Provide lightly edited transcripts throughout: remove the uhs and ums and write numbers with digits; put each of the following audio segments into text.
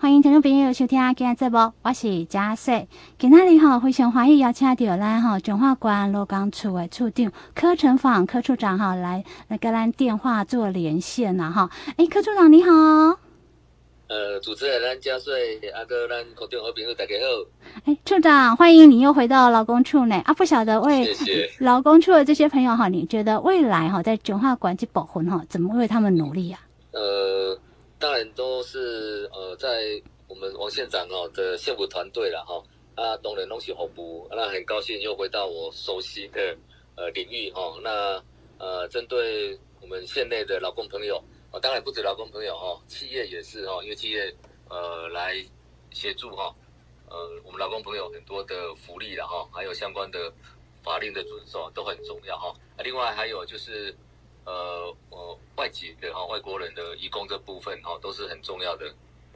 欢迎听众朋友收听今日节目，我是嘉穗。今仔日非常欢喜邀请到咱中华关劳工处的处长柯成芳柯处长来跟咱电话做连线啦柯处长你好。 主持人咱嘉穗跟咱空中好朋友大家好。 处长欢迎你又回到劳工处呢不晓得为劳工处的这些朋友你觉得未来在中华关这部分怎么为他们努力啊？ 当然都是在我们王县长的县府团队啦当然都是服务，那很高兴又回到我熟悉的领域那针对我们县内的劳工朋友当然不止劳工朋友企业也是因为企业来协助我们劳工朋友很多的福利啦还有相关的法令的遵守都很重要另外还有就是外籍的外国人的移工这部分都是很重要的。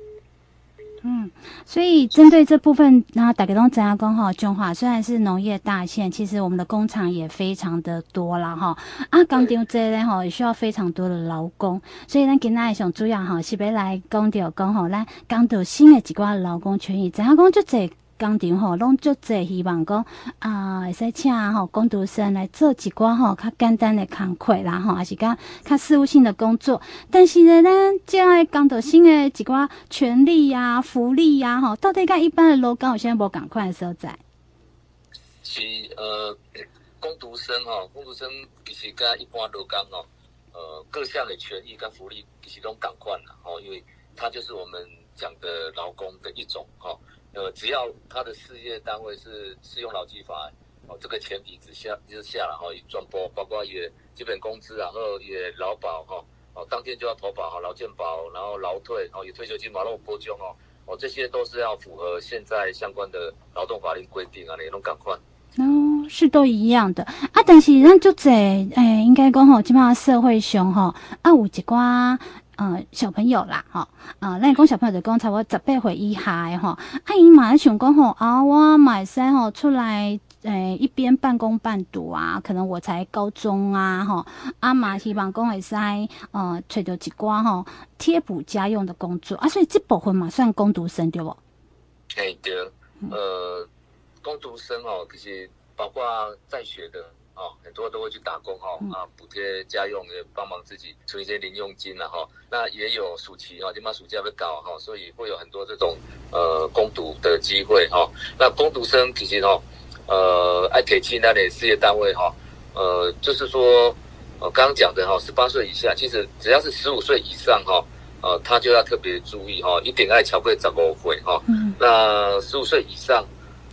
所以针对这部分，那大家都知道说中华虽然是农业大县，其实我们的工厂也非常的多啦工厂这咧也需要非常多的劳工，所以咱今仔上主要是要来讲到讲咱讲到新的一寡劳工权益，知影讲足侪工厂拢足侪希望讲会使请工读生来做一寡较简单的工课啦还是较事务性的工作，但是呢咱这样的工读生的一寡权利啊福利啊到底跟一般的劳工有啥无同款的所在？ 是工读生其实跟一般劳工各项的权益跟福利其实都同款啦因为它就是我们讲的劳工的一种只要他的事业单位是适用劳基法这个前提之下全部包括也基本工资然后也劳保当天就要投保劳健保，然后劳退也退休金嘛，那种拨奖这些都是要符合现在相关的劳动法令规定那种赶快是都一样的但是咱足侪应该讲基本上社会上有一寡小朋友啦咱讲小朋友就讲差不多18岁以下的伊嘛想讲我嘛会使出来一边半工半读可能我才高中嘛希望讲会使找到一寡贴补家用的工作所以这部分嘛算工读生对不？ 对工读生其实包括在学的很多都会去打工补贴家用，也帮忙自己存一些零用金那也有暑期今嘛暑假要搞所以会有很多这种工读的机会那工读生其实爱提起那类事业单位就是说刚刚讲的18岁以下，其实只要是15岁以上他就要特别注意一定要超过15岁那15岁以上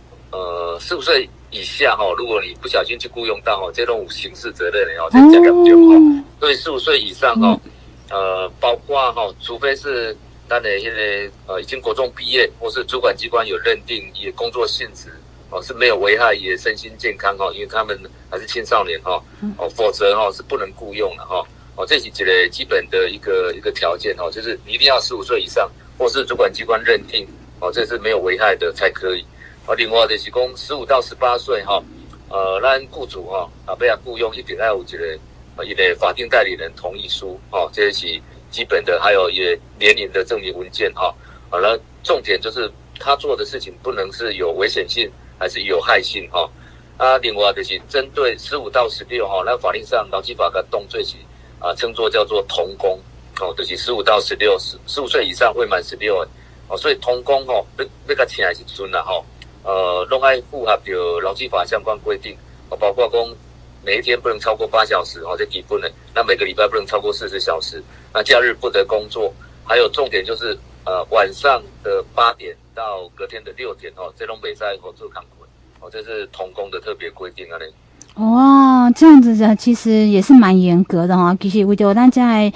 15岁以下如果你不小心去雇佣到这种刑事责任的这加严重所以15岁以上包括除非是咱的已经国中毕业或是主管机关有认定也工作性质是没有危害也身心健康因为他们还是青少年否则是不能雇佣的这是一个基本的一个条件就是你一定要15岁以上或是主管机关认定这是没有危害的才可以另外就是说15到18岁咱雇主要雇佣一定要有一个法定代理人同意书这是基本的，还有也年龄的证明文件那重点就是他做的事情不能是有危险性还是有害性另外就是针对15到16那法令上劳基法跟动罪是称作叫做童工就是15到1615岁以上未满16所以童工要甲请的时阵拢要符合到劳基法相关规定包括说每一天不能超过8小时这基本的，那每个礼拜不能超过40小时，那假日不得工作，还有重点就是晚上的8点到隔天的6点这种不可以做工课这是童工的特别规定哇，这样子其实也是蛮严格的其实为了咱在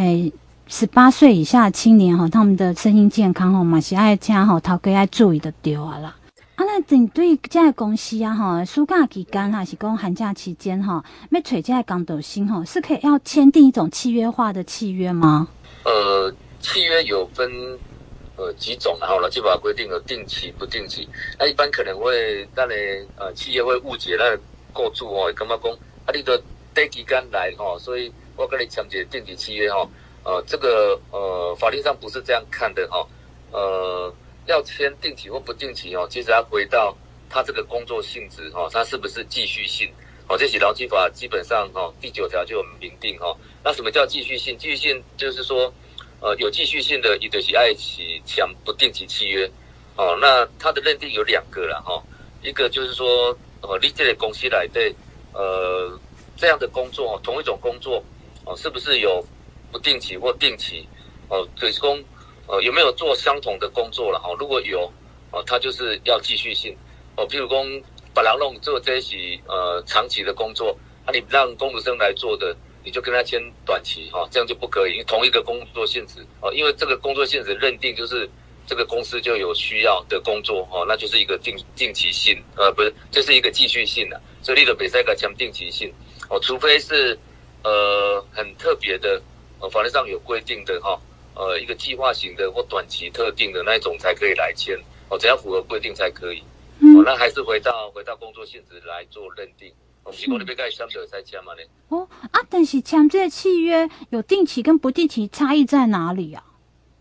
18岁以下的青年他们的身心健康嘛是爱请头家要注意的对啦那针对这个公司暑假期间还是讲寒假期间要找这个工读生是可以要签订一种契约化的契约吗？ 契约有分几种劳基法规定有定期不定期，那一般可能会咱的企业会误解咱的雇主感觉讲你都短期间来所以我跟你签一个定期契约这个法律上不是这样看的要签定期或不定期其实要回到他这个工作性质他是不是继续性这是劳基法基本上第9条就有明定那什么叫继续性？继续性就是说有继续性的，就是爱起签不定期契约那它的认定有2个啦一个就是说你这个公司来对这样的工作同一种工作是不是有不定期或定期就是说有没有做相同的工作了如果有它就是要继续性譬如说把人弄做这些长期的工作你让工读生来做的，你就跟他签短期这样就不可以，因为同一个工作性质因为这个工作性质认定就是这个公司就有需要的工作那就是一个定期性不是，就是一个继续性的，所以你就不可以签定期性除非是很特别的法律上有规定的一个计划型的或短期特定的那一种才可以来签只要符合规定才可以那还是回到工作性质来做认定不是说你要跟他签就可以签嘛呢但是签这个契约有定期跟不定期差异在哪里啊？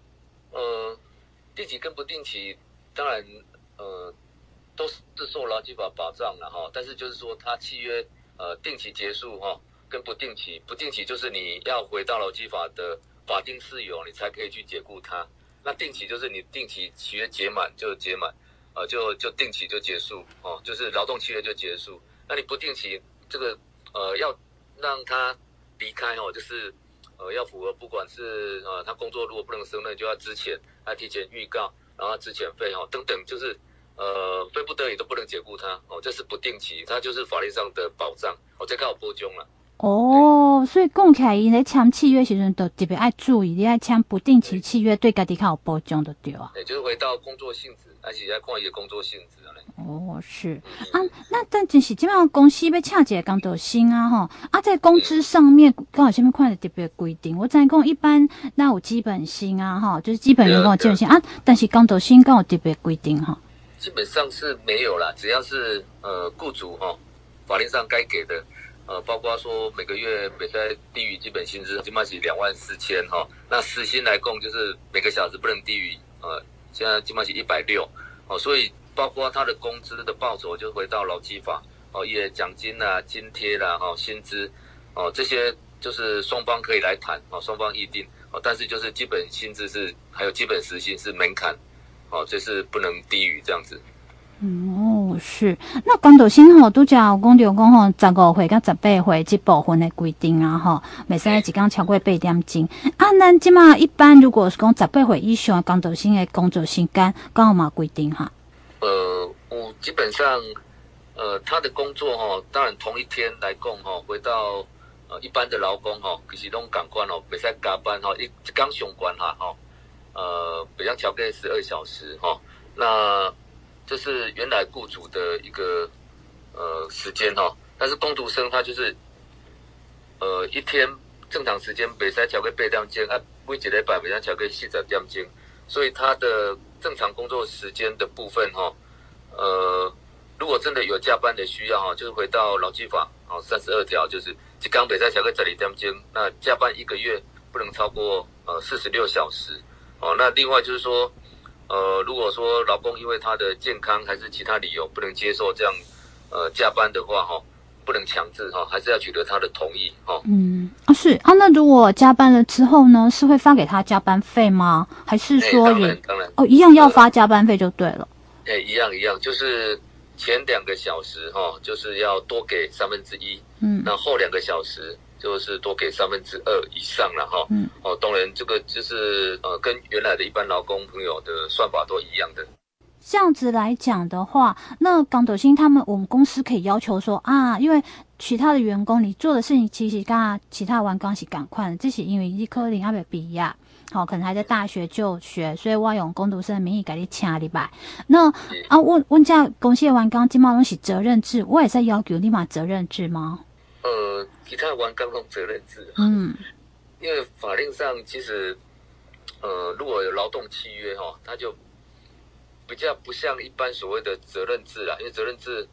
定期跟不定期当然都是受劳基法保障了但是就是说它契约定期结束跟不定期就是你要回到劳基法的法定事由你才可以去解雇它，那定期就是你定期契约解满就解满就定期就结束就是劳动契约就结束，那你不定期这个要让他离开就是要符合不管是他工作如果不能胜任就要之前提前预告，然后之前费等等，就是非不得已都不能解雇他这是不定期，它就是法律上的保障这较有保障啦所以讲起来伊咧签契约时阵就特别爱注意，你爱签不定期契约对家己较有保障就对啊。 就是回到工作性质，而且要看伊的工作性质是那但就是基本上公司要请一个工读生在工资上面刚好前面看的特别规定，我知讲一般那有基本薪就是基本员工有基本薪但是工读生刚好特别规定基本上是没有啦，只要是雇主法律上该给的包括说每个月别在低于基本薪资，起码是24000那时薪来供就是每个小时不能低于现在起码是160所以包括他的工资的报酬就回到劳基法也奖金啦、津贴啦、薪资这些就是双方可以来谈双方议定但是就是基本薪资是还有基本时薪是门槛就是不能低于这样子。 是。那工读生拄则有讲到讲15岁到18岁这部分的规定袂使一天超过8点钟咱即马一般如果是讲18岁以上的工读生的工作时间敢有嘛规定有基本上他的工作当然同一天来讲回到一般的劳工其实拢同款袂使加班一天上关不要超过12小时那这是原来雇主的一个时间但是工读生他就是一天正常时间袂使超过8点钟每一个礼拜袂使超过40点钟，所以他的正常工作时间的部分如果真的有加班的需要就是回到劳基法32条，就是一天袂使超过12点钟，那加班1个月不能超过46小时那另外就是说如果说劳工因为他的健康还是其他理由不能接受这样加班的话不能强制还是要取得他的同意是那如果加班了之后呢，是会发给他加班费吗？还是说也当然一样要发加班费就对了一样就是前2个小时就是要多给1/3那后2个小时就是多给2/3以上了当然这个就是跟原来的一般劳工朋友的算法都一样的。 这样子来讲的话，那工读生我们公司可以要求说因为其他的员工你做的事情其实跟其他员工是同款的，这是因为你可能还没毕业可能还在大学就学，所以我用工读生的名义给你请你来。那阮这公司的员工现在都是责任制，我也在要求你嘛责任制吗？ 其他员工都责任制因为法令上其实如果有劳动契约它就比较不像一般所谓的责任制啦，因为责任制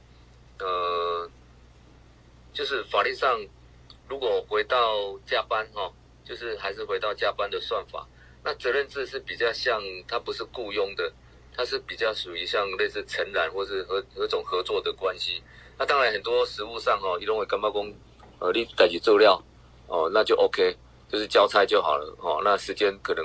就是法律上如果回到加班就是还是回到加班的算法，那责任制是比较像它不是雇佣的它是比较属于像类似承揽或是何种合作的关系。那当然很多实务上哦，伊拢会感觉讲，你代志做了哦，那就 OK， 就是交差就好了哦。那时间可能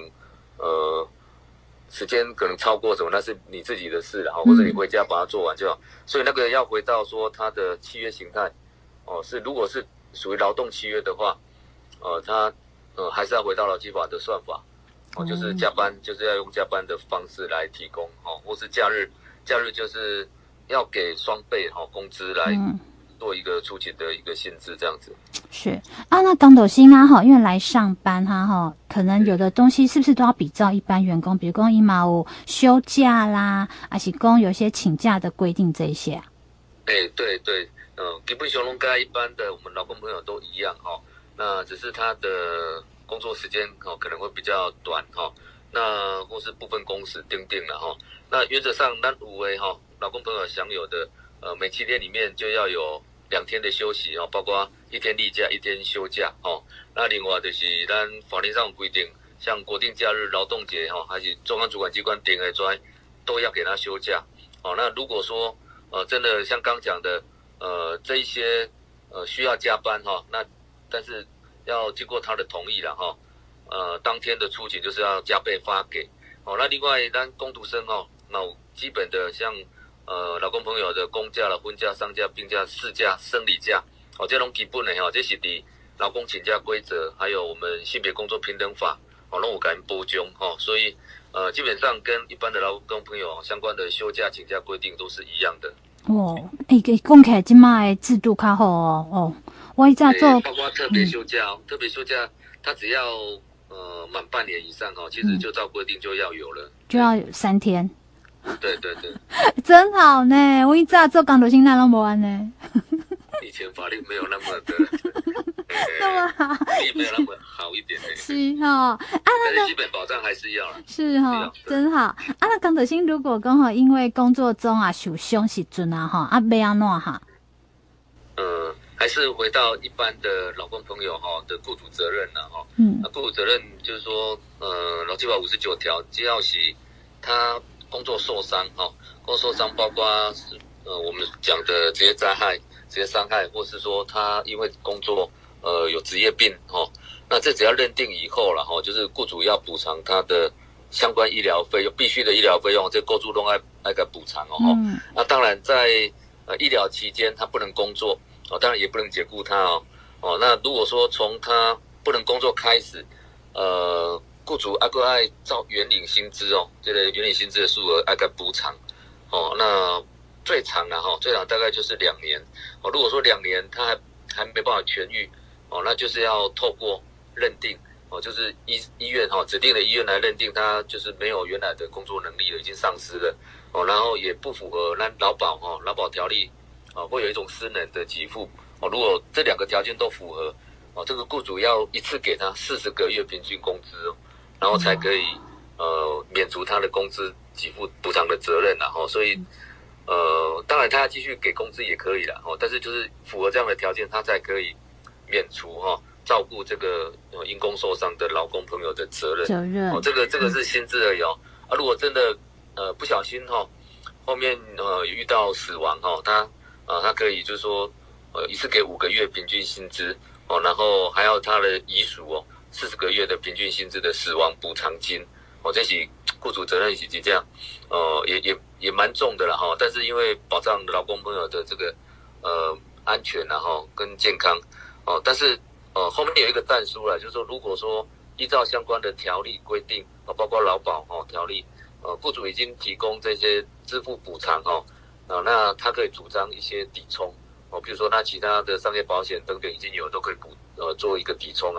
超过什么，那是你自己的事了，或者你回家把它做完就好。所以那个要回到说它的契约形态哦，如果是属于劳动契约的话，它还是要回到劳基法的算法哦，就是加班就是要用加班的方式来提供哦，或是假日就是要给双倍工资来做一个出勤的一个薪资这样子。 是啊，那港斗星啊因为来上班可能有的东西是不是都要比照一般员工，比如说他有休假啦，还是说有些请假的规定这一些啊？ 对，基本上都跟一般的我们劳工朋友都一样那只是他的工作时间可能会比较短那或是部分工时定了那原则上咱有的劳工朋友享有的每7天里面就要有2天的休息包括1天例假1天休假那另外就是咱法律上有规定，像国定假日、劳动节还是中央主管机关定的专都要给他休假那如果说真的像刚讲的这一些需要加班那但是要经过他的同意啦当天的出勤就是要加倍发给那另外咱工读生那基本的像劳工朋友的公假了、婚假、丧假、病假、事假、生理假这拢基本的这是伫劳工请假规则还有我们性别工作平等法拢有给保障所以基本上跟一般的劳工朋友相关的休假请假规定都是一样的讲起来现在的制度较好我以前做包括特别休假特别休假它只要满半年以上其实就照规定就要有了， 就要3天。 对， 真好呢！我以前做港斗星那都没完呢。 以前法律没有那么的那么好， 力没有那么好一点是但是基本保障还是要啦。 是真好那港斗星如果讲因为工作中受伤时阵要安怎还是回到一般的劳工朋友的雇主责任雇主责任就是说劳基法59条，只要是他工作受伤工作受伤包括我们讲的职业灾害、职业伤害，或是说他因为工作有职业病那这只要认定以后了就是雇主要补偿他的相关医疗费用，必须的医疗费用，这雇主都要给补偿那当然在医疗期间他不能工作当然也不能解雇他那如果说从他不能工作开始雇主还要照原领薪资这个原领薪资的数额要给补偿那最长大概就是2年如果说2年他还没办法痊愈那就是要透过认定就是医院指定的医院来认定他就是没有原来的工作能力了，已经丧失了然后也不符合那劳保条例会有一种失能的给付如果这2个条件都符合这个雇主要一次给他40个月平均工资然后才可以免除他的工资给付补偿的责任所以当然他要继续给工资也可以啦但是就是符合这样的条件他才可以免除照顾这个因工受伤的劳工朋友的责任这个是薪资而已如果真的不小心后面遇到死亡他可以就是说一次给5个月平均薪资然后还要他的遗属40个月的平均薪资的死亡补偿金这是雇主责任是这样也蛮重的啦但是因为保障劳工朋友的这个安全跟健康但是后面有一个但书啦，就是说如果说依照相关的条例规定包括劳保条例雇主已经提供这些支付补偿那他可以主张一些抵充比如说他其他的商业保险等等已经有都可以做一个抵充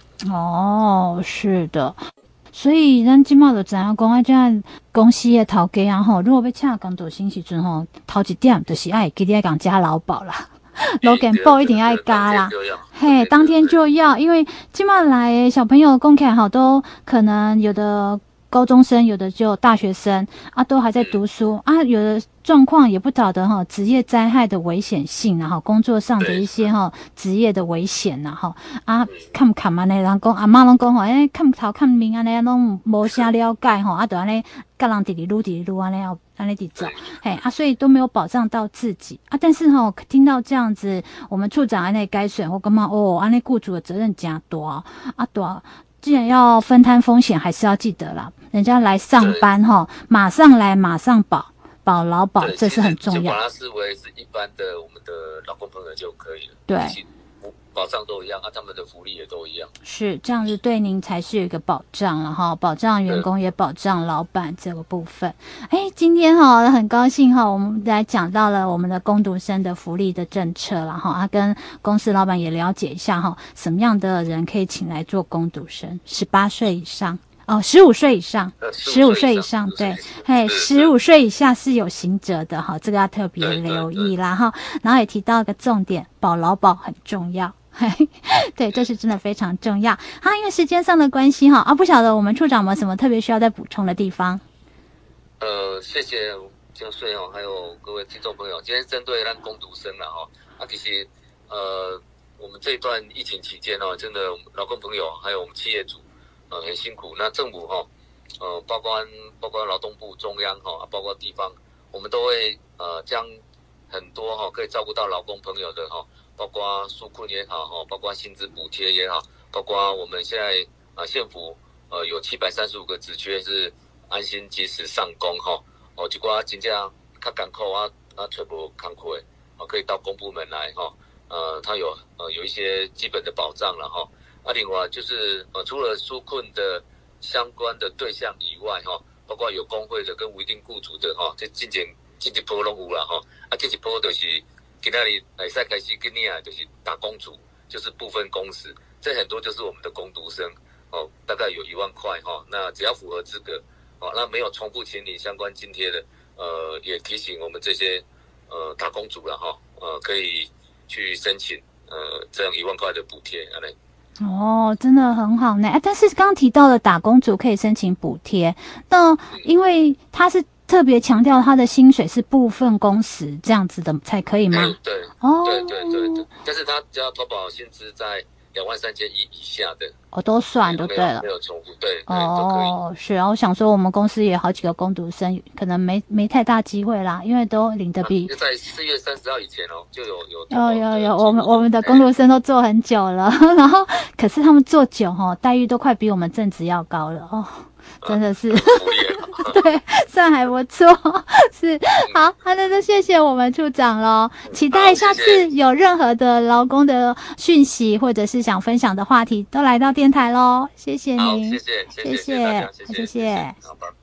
是的。所以咱即马就知影讲这公司的头家如果要请工读生时阵头一点就是要记得讲加劳保啦劳健保一定要加啦当天就要因为即马来的小朋友讲起来都可能有的高中生，有的就大学生啊，都还在读书啊，有的状况也不晓得哈，职业灾害的危险性，然后工作上的一些职业的危险然后啊，看安尼，人讲阿妈拢讲看头看面安尼拢无啥了解啊，就安尼甲人直愈安尼安尼走，所以都没有保障到自己啊。但是听到这样子，我们处长安尼改选，我感觉安尼雇主的责任真大啊，大。既然要分摊风险，还是要记得啦，人家来上班马上来马上保劳保，这是很重要。 就把它视为是一般的我们的劳工朋友就可以了。 对， 保障都一样啊，他们的福利也都一样。 是这样子，对您才是有一个保障了保障员工也保障老板这个部分。今天很高兴我们来讲到了我们的工读生的福利的政策了跟公司老板也了解一下什么样的人可以请来做工读生，18岁以上。15岁以上，15岁以上，对，15岁以下是有刑责的这个要特别留意啦然后也提到一个重点，保劳保很重要。对，这是真的非常重要。因为时间上的关系不晓得我们处长有没有什么特别需要再补充的地方？ 谢谢江穗还有各位听众朋友，今天针对咱工读生其实我们这一段疫情期间真的劳工朋友还有我们企业主很辛苦。那政府包括劳动部、中央包括地方，我们都会将很多可以照顾到劳工朋友的包括纾困也好包括薪资补贴也好，包括我们现在县府有735个职缺是安心及时上工一寡真正较艰苦找无工课的可以到公部门来它有一些基本的保障了另外就是除了纾困的相关的对象以外包括有工会的跟无一定雇主的这进一波拢有啦这一波就是今仔日会使开始今年就是打工族，就是部分工时，这很多就是我们的工读生大概有1万块那只要符合资格那没有重复请领相关津贴的也提醒我们这些打工族了可以去申请这样1万块的补贴真的很好呢。但是刚刚提到的打工族可以申请补贴，那因为他是特别强调他的薪水是部分工时这样子的才可以吗？ 对，对，但是他只要投保薪资在23100以下的都算就对了， 没有重复，对都可以。 是啊，我想说我们公司也有好几个工读生，可能没太大机会啦，因为都领得比就在4月30号以前就有， 我们的工读生都做很久了然后可是他们做久待遇都快比我们正职要高了真的是对，算还不错是好的，就谢谢我们处长咯，期待下次有任何的劳工的讯息或者是想分享的话题都来到电台咯，谢谢您， 谢谢大家，谢谢。